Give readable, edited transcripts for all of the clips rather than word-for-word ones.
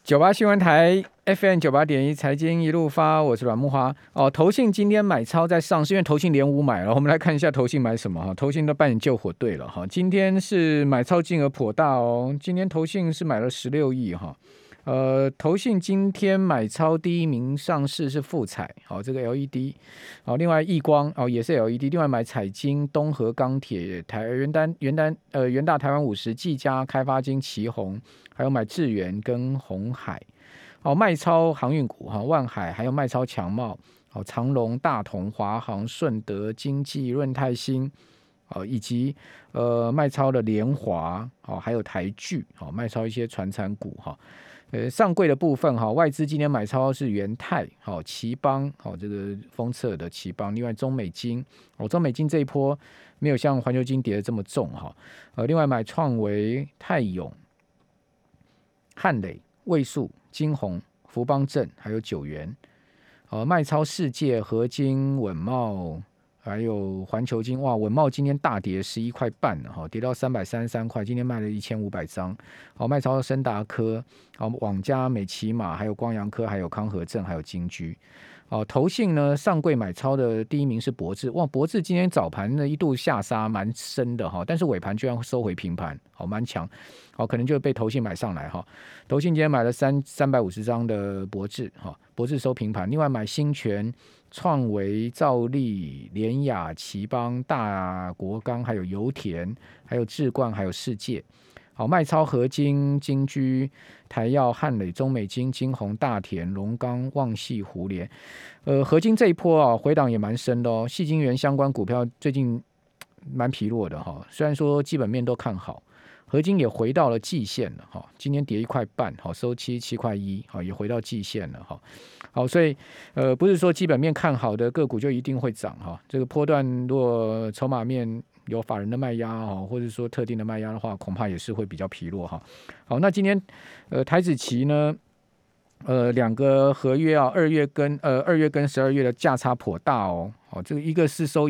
98新闻台 FM98.1财经一路发，我是阮木华。投信今天买超在上市，因为投信连五买了，我们来看一下投信买什么哈。投信都扮演救火队了哈。今天是买超金额颇大哦，今天投信是买了16亿哈。投信今天买超第一名上市是富彩，好，这个 LED， 好，另外亿光也是 LED， 另外买彩晶、东和钢铁、元大台湾50、技嘉、开发金、旗宏，还有买智源跟鸿海，好，卖超航运股哈，万海，还有卖超强茂，好，长荣、大同、华航、顺德、经济、润泰新。以及卖超的联华，还有台聚，卖超一些传产股哈。上柜的部分哈，外资今天买超是元泰、奇邦，这个封测的奇邦，另外中美金，中美金这一波没有像环球金跌的这么重哈。另外买创维、泰永、汉磊、卫数、金鸿、福邦证，还有九元。卖超世界、合金、稳懋。还有环球金，哇，稳懋今天大跌11块半了，跌到333块，今天卖了1500张。好，卖超深达科，好，网家、美骑马，还有光阳科，还有康和正，还有金居。投信呢，上柜买超的第一名是博智，哇，博智今天早盘呢一度下杀蛮深的哈，但是尾盘居然收回平盘，好，蛮强，好，可能就被投信买上来哈。投信今天买了350张的博智，哈，博智收平盘，另外买新权、创维、兆利、联雅、奇邦、大国钢，还有油田，还有智冠，还有世界。好，卖超合金、金居、台药、汉磊、中美金、金鸿、大田、龙钢、旺系、胡联。合金这一波回档也蛮深的哦。矽晶圆相关股票最近蛮疲弱的哈，虽然说基本面都看好，合金也回到了季线了哈，今天跌1块半，好，收7块1，好，也回到季线了哈。好，所以不是说基本面看好的个股就一定会涨哈。这个波段如果筹码面有法人的卖压或者说特定的卖压的话，恐怕也是会比较疲弱哈。好，那今天台指期呢，两个合约2月跟12月的价差颇大哦。好，这个一个是收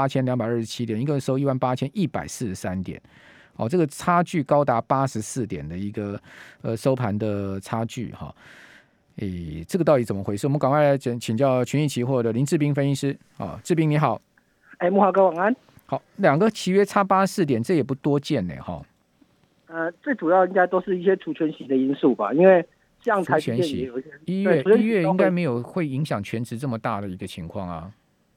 18227点，一个收18143点。好，这个差距高达84点的一个收盘的差距哈。这个到底怎么回事？我们赶快来请教群益期货的林志彬分析师。志彬你好。 木华哥晚安。 好，两个期约差84点，这也不多见呢哈。 最主要应该都是一些除权息的因素吧，因为像台积电也有一些一月应该没有会影响全值这么大的一个情况啊。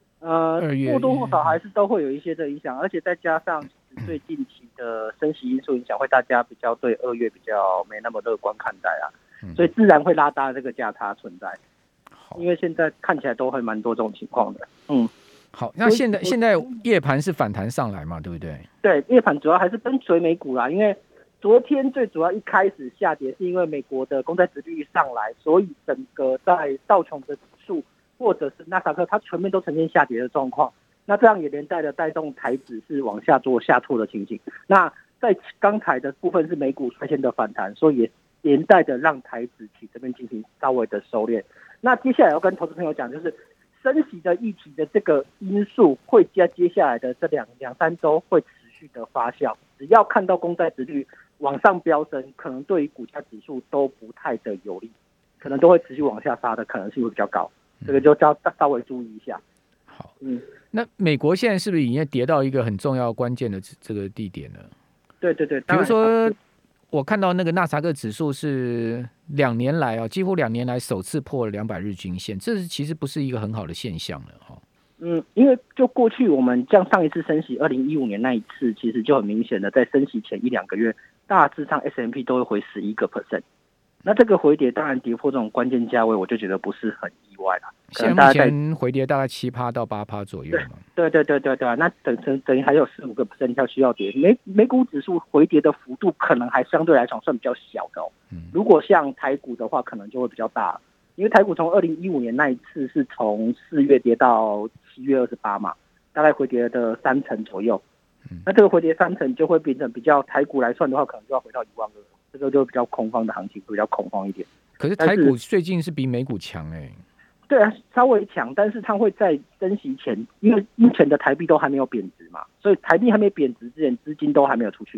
2月或多或少还是都会有一些的影响，而且再加上最近期的升息因素影响，会大家比较对2月比较没那么乐观看待啊。所以自然会拉大这个价差存在，因为现在看起来都会蛮多这种情况的。 好，那现在夜盘是反弹上来嘛，对不对？ 对，夜盘主要还是跟随美股啦，因为昨天最主要一开始下跌是因为美国的公债殖利率上来，所以整个在道琼的指数或者是纳斯达克，它全面都呈现下跌的状况。那这样也连带的带动台指是往下做下挫的情形。那在刚才的部分是美股率先的反弹，所以也连带的让台指期这边进行稍微的收敛。那接下来要跟投资朋友讲，就是升息的议题的这个因素会在接下来的这两三周会持续的发酵。只要看到公债殖利率往上飙升，可能对于股价指数都不太的有利，可能都会持续往下杀的可能性会比较高。这个就要稍微注意一下。 好，那美国现在是不是已经跌到一个很重要关键的这个地点了？ 对， 比如说我看到那个纳斯达克指数是2年来几乎2年来首次破了200日均线，这其实不是一个很好的现象了哈。 因为就过去我们像上一次升息2015年那一次，其实就很明显的在升息前1-2个月，大致上 S&P 都会回11%。那这个回跌当然跌破这种关键价位，我就觉得不是很意外了。 现在目前回跌大概7%到8%左右嘛。 对，那等于还有4-5%要需要跌。美股指数回跌的幅度可能还相对来讲算比较小的如果像台股的话，可能就会比较大，因为台股从2015年那一次是从4月跌到7月28嘛，大概回跌的30%左右。那这个回跌30%就会变成比较台股来算的话，可能就要回到1万2，这个就比较空方的行情，比较恐慌一点。 可是台股最近是比美股强对啊，稍微强，但是它会在升息前，因为目前的台币都还没有贬值嘛，所以台币还没贬值之前，资金都还没有出去，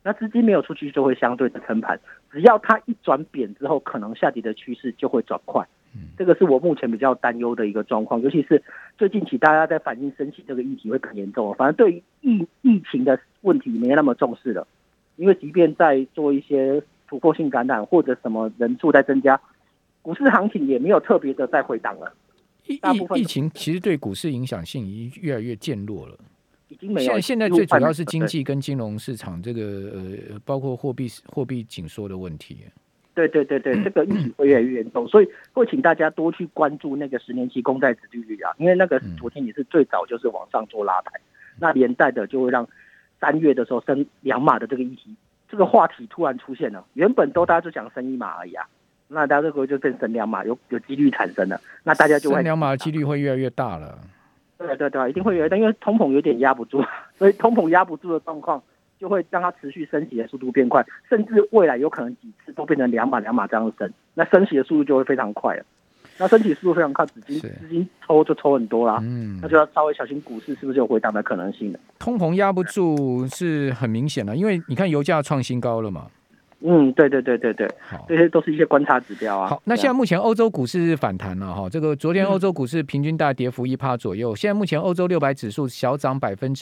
那资金没有出去就会相对的撑盘，只要它一转贬之后，可能下跌的趋势就会转快。这个是我目前比较担忧的一个状况，尤其是最近期大家在反映升息这个议题会更严重，反正对于疫情的问题没那么重视了，因为即便在做一些突破性感染或者什么人数在增加，股市行情也没有特别的在回档了。 疫情其实对股市影响性已经越来越渐弱了， 已经没有。 现在最主要是经济跟金融市场这个包括货币紧缩的问题。 对，这个议题会越来越严重，所以会请大家多去关注那个10年期公债殖利率啊，因为那个昨天也是最早就是往上做拉抬，那连带的就会让3月的时候升2码的这个议题，这个话题突然出现了，原本都大家就讲升1码而已啊，那大家这个就变升2码，有几率产生了，那大家就会升2码的几率会越来越大了。 对，一定会越来越大，因为通膨有点压不住，所以通膨压不住的状况，就会让它持续升息的速度变快，甚至未来有可能几次都变成2码这样升，那升息的速度就会非常快了。那升息速度非常快，资金抽就抽很多啦，那就要稍微小心股市是不是有回档的可能性了。 通膨压不住是很明显的，因为你看油价创新高了嘛。 对，这些都是一些观察指标啊。 好，那现在目前欧洲股市反弹了哈，这个昨天欧洲股市平均大跌幅1%左右，现在目前欧洲600指数小涨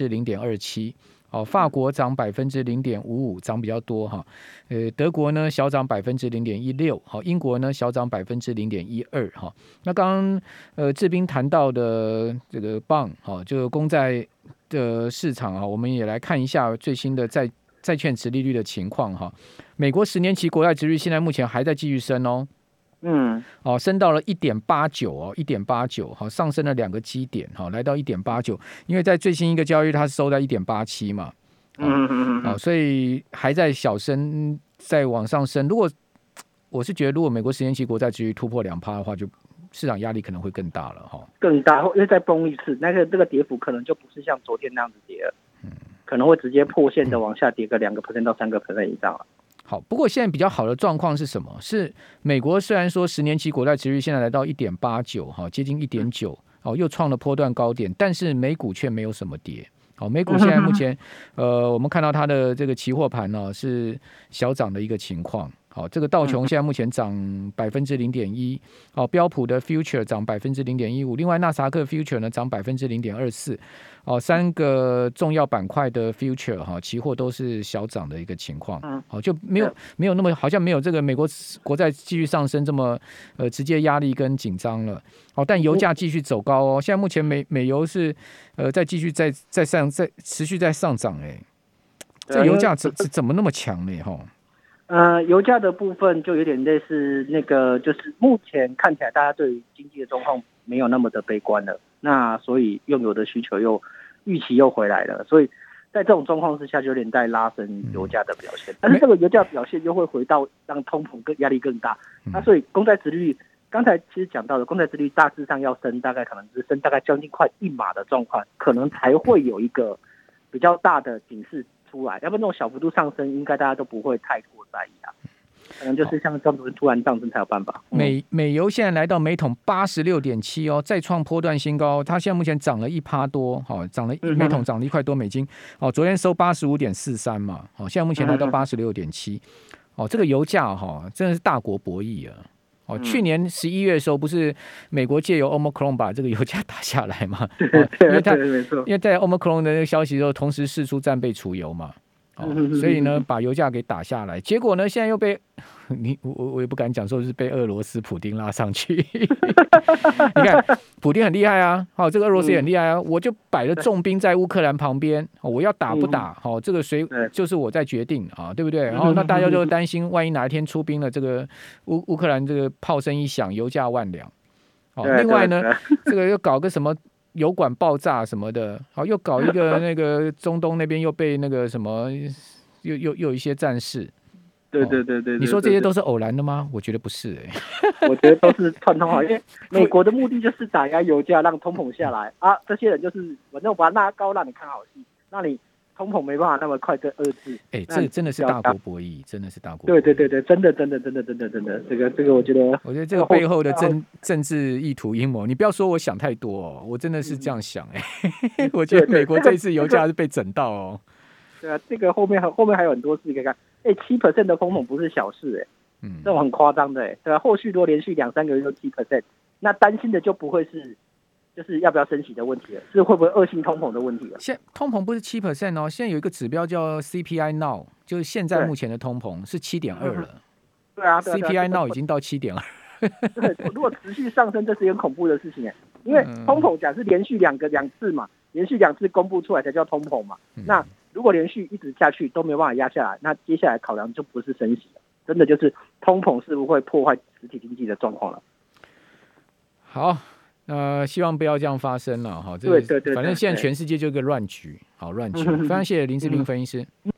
0.27%。法国涨0.55%，涨比较多哈。德国呢小涨0.16%，英国呢小涨0.12%哈。那刚刚志斌谈到的这个bond这个公债的市场啊，我们也来看一下最新的债券殖利率的情况哈。美国10年期国债殖利率现在目前还在继续升哦。升到了1.89哦，1.89好，上升了2个基点，好，来到1.89，因为在最新一个交易它是收在1.87嘛，所以还在小升，在往上升。我是觉得，如果美国10年期国债殖利率突破2%的话，就市场压力可能会更大了哈，更大，因为再崩一次，这个跌幅可能就不是像昨天那样子跌了，可能会直接破线的往下跌个2% 到3% 以上了。 好，不过现在比较好的状况是什么？是美国虽然说10年期国债殖利率现在来到1.89，接近1.9，又创了波段高点，但是美股却没有什么跌。好，美股现在目前我们看到它的这个期货盘呢是小涨的一个情况。好，这个道琼现在目前涨0.1%，标普的 future 涨0.15%，另外纳斯达克 future 呢涨0.24%，三个重要板块的 future 期货都是小涨的一个情况，就没有那么好像没有这个美国国债继续上升这么直接压力跟紧张了，但油价继续走高哦，现在目前美油是再继续再持续在上涨，这油价怎么那么强呢？ 油价的部分就有点类似那个，就是目前看起来大家对于经济的状况没有那么的悲观了，那所以用油的需求预期又回来了，所以在这种状况之下就有点在拉升油价的表现，但是这个油价表现又会回到让通膨压力更大，那所以公债殖利率刚才其实讲到的公债殖利率大致上要升，大概可能是升大概将近快1码的状况，可能才会有一个比较大的警示出来，要不然那种小幅度上升，应该大家都不会太过在意啊。可能就是像这样子突然上升才有办法。 美油现在来到每桶86.7哦，再创波段新高。它现在目前涨了1%多，涨了每桶涨了1块多美金。昨天收85.43嘛，现在目前来到86.7。这个油价真的是大国博弈啊。去年11月的时候，不是美国借由 Omicron 把这个油价打下来嘛？因为在 Omicron 的那个消息之后，同时释出战备储油嘛，所以呢，把油价给打下来。结果呢，现在又被我也不敢讲说是被俄罗斯普丁拉上去。你看，普丁很厉害啊，这个俄罗斯也很厉害啊，我就摆了重兵在乌克兰旁边，我要打不打，这个谁就是我在决定啊，对不对？然后那大家就担心，万一哪一天出兵了，这个乌克兰这个炮声一响，油价万两。另外呢，这个又搞个什么油管爆炸什么的，又搞一个那个中东那边又被那个什么又有一些战事。 对， 你说这些都是偶然的吗？我觉得不是我觉得都是串通好，因为美国的目的就是打压油价，让通膨下来啊。这些人就是反正我把它拉高，让你看好戏，让你通膨没办法那么快的遏制。 这个真的是大国博弈，真的是大国博弈。 对，真的，这个我觉得这个背后的政治意图阴谋，你不要说我想太多我真的是这样想我觉得美国这一次油价是被整到对啊，这个后面还有很多事可以看。7% 的通膨不是小事这种很夸张的对吧？后续如果连续2-3个月都7%，那担心的就不会是就是要不要升息的问题了，是会不会恶性通膨的问题了。 现通膨不是7%哦，现在有一个指标叫 CPI Now， 就是现在目前的通膨是7.2了。 对啊 ，CPI Now 已经到7.2。 对，如果持续上升，这是一件恐怖的事情因为通膨讲是连续两次嘛，连续2次公布出来才叫通膨嘛。那如果连续一直下去都没有办法压下来，那接下来考量就不是升息了，真的就是通膨是不是会破坏实体经济的状况了。 好，希望不要这样发生了哈。 对， 反正现在全世界就一个乱局，好乱局。非常谢谢林志斌分析师。